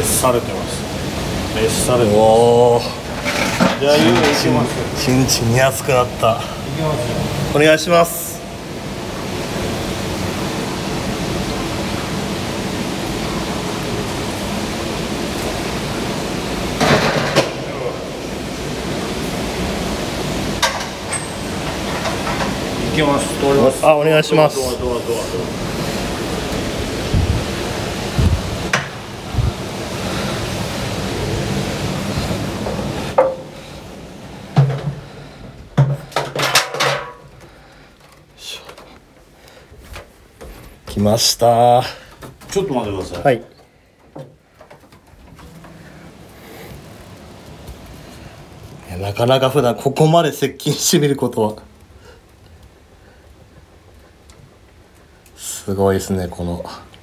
熱されてます。熱されてます。 おー、 じゃあいよいよいきますよ。 ちんちんに熱くなった。 いきますよ。 お願いします。 いきます。通ります。 あ、お願いします。 ドア。 来ました。 ちょっと待ってください。 はい。なかなか普段ここまで接近してみることはすごいですね。この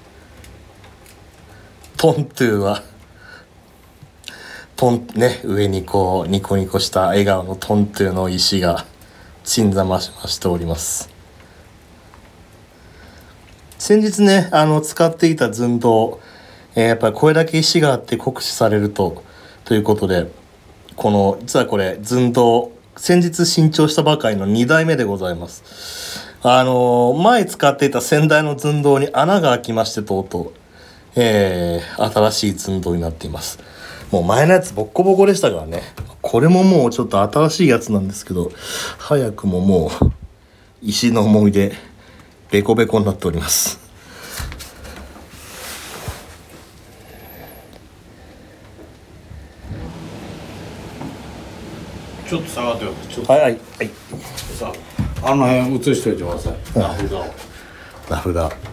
トントゥは上にこうニコニコした笑顔のトントゥの石が鎮座ましております。先日ね使っていた寸胴、やっぱりこれだけ石があって酷使されるということで、実はこれ寸胴先日新調したばかりの2代目でございます。前使っていた先代の寸胴に穴が開きまして、とうとう、新しい寸胴になっています。もう前のやつボッコボコでしたからね。これももうちょっと新しいやつなんですけど、早くももう石の思い出ベコベコになっております。 ちょっと下がってください。ちょっとはい。 さあ、あの辺映しといてください。名札を。 名札。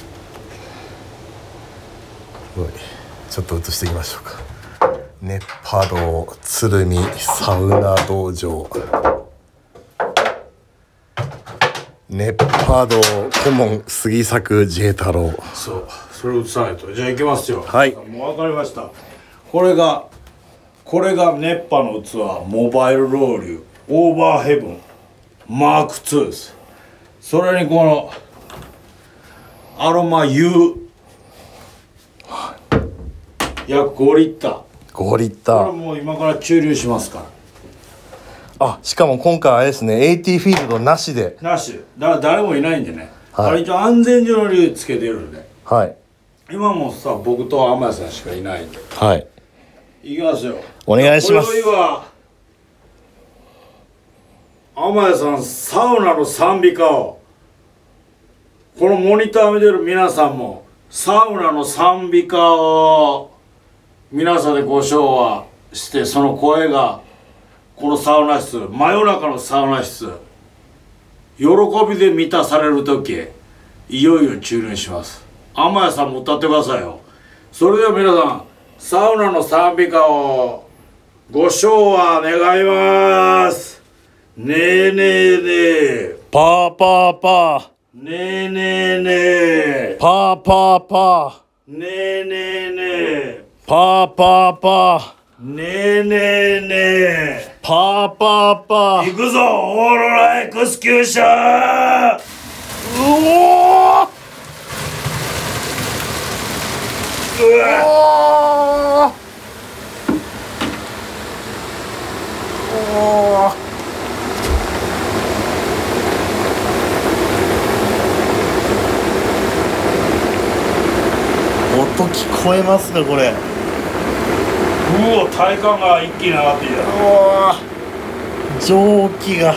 ちょっと映していきましょうか。熱波堂鶴見サウナ道場。熱波堂顧問杉作 J 太郎。 そう、それ映さないと。じゃあ行きますよ。 はい。 もう分かりました。これが熱波の器モバイルロウリュオーバーヘブンマーク2です。それにこのアロマ U 約5リッター。 5リッこター。 れもう今から注入しますから。 あ、しかも今回あれですね、AT フィールドなしで。 なし。だから誰もいないんでね。 はい、 あれ一応安全上の理由つけてるんで。 はい。 今もさ、僕と天谷さんしかいないんで。 はい。 いきますよ。 お願いします。 今宵は天谷さんサウナの賛美歌を、このモニター見てる皆さんもサウナの賛美歌を皆さんでご唱和して、その声がこのサウナ室、真夜中のサウナ室、喜びで満たされる時、いよいよ注入します。天谷さんも歌ってくださいよ。それでは皆さん、サウナの賛美歌をご唱和願います。ねえねえねえ、 パーパーパー、 ねえねえねえ、 パーパーパねえねえねえ、 ー、パーパーパー、 ねえねえねえ、 パーパーパー。 行くぞオーロラエクスキューション。 うおー、 うわおー、音聞こえますかこれ。 うわ、体感が一気に上がってきた。 うわー、蒸気が。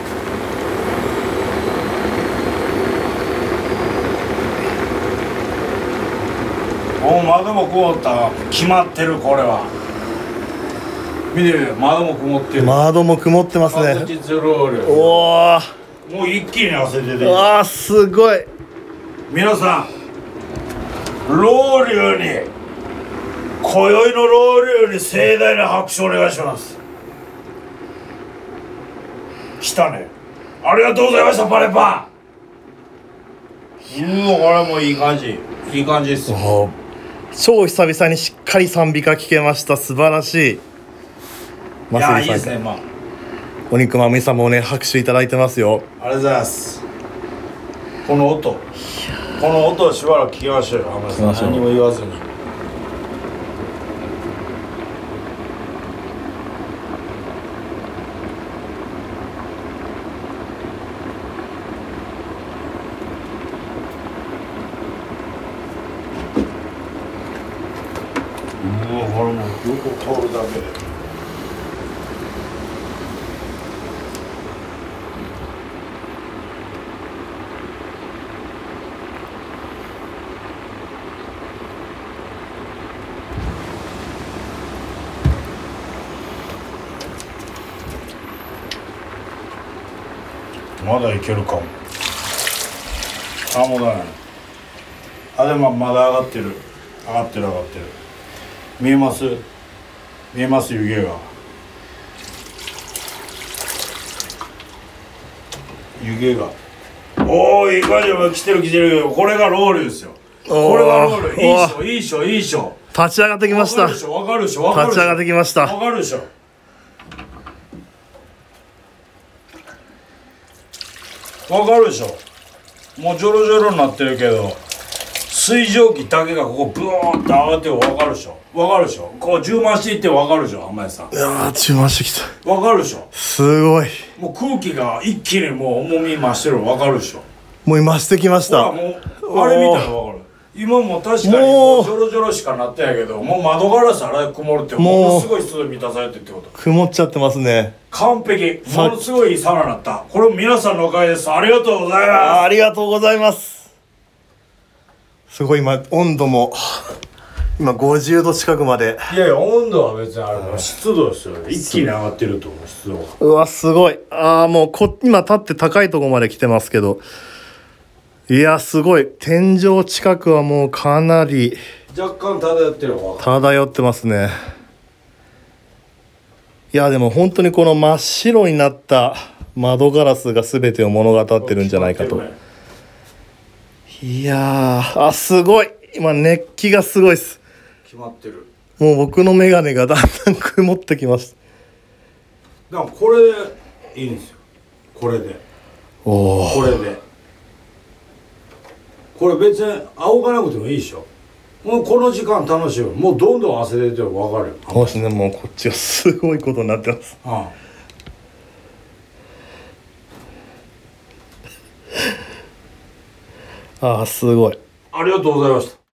お窓も曇った。決まってる。これは見てみ、窓も曇ってる。 窓も曇ってますね。 確実ロール。 おー、 もう一気に汗出てきた。 うわー、すごい。 皆さん、ロウリュに、今宵のロウリュに盛大な拍手をお願いします。来たね。ありがとうございました、パレパン。これもいい感じ。いい感じですよ。 超久々にしっかり賛美歌聞けました。素晴らしい。 いや、いいですね。まあ、 お肉まみさんもね、拍手いただいてますよ。 ありがとうございます。この音をしばらく聞きましょうよ。あんまり何も言わずに。 これも横通るだけでまだいけるかも。あ、もうだね。あ、でもまだ上がってる。上がってる。見えます？見えます？湯気が。湯気が。おお、いい感じで来てる。これがロールですよ。これがロール。いいっしょ。 立ち上がってきました。 わかるでしょ。 立ち上がってきました。 わかるでしょ。もうジョロジョロになってるけど水蒸気だけがここブワーって上がってる。わかるでしょ。こう充満していってわかるでしょ。浜井さん、 いやー充満してきた。 わかるでしょ。 すごい。 もう空気が一気にもう重み増してる。わかるでしょ。 もう今してきました。 もうあれ見たらわかる。今も確かにもうジョロジョロしかなってないけど、もう窓ガラスあれ曇るってものすごい湿度満たされてるってこと。 曇っちゃってますね。 完璧。ものすごいいいサウナになった。これも皆さんのおかげです。ありがとうございます。 ありがとうございます。すごい今温度も今50度近くまで。 いや温度は別にあれも湿度ですよ。一気に上がってると思う。湿度が。 うわすごい。もう今立って高いところまで来てますけど、いやすごい。天井近くはもうかなり若干漂ってるわ。 漂ってますね。いやでも本当にこの真っ白になった窓ガラスが全てを物語ってるんじゃないかと。いやーすごい。今熱気がすごいです。 決まってる。 もう僕の眼鏡がだんだん曇ってきました。 だからこれでいいんですよ。これでこれ別に仰がなくてもいいでしょ。もうこの時間楽しいよ。もうどんどん汗出てる。分かるよ。 そうですね。もうこっちはすごいことになってます。すごい。 ありがとうございました。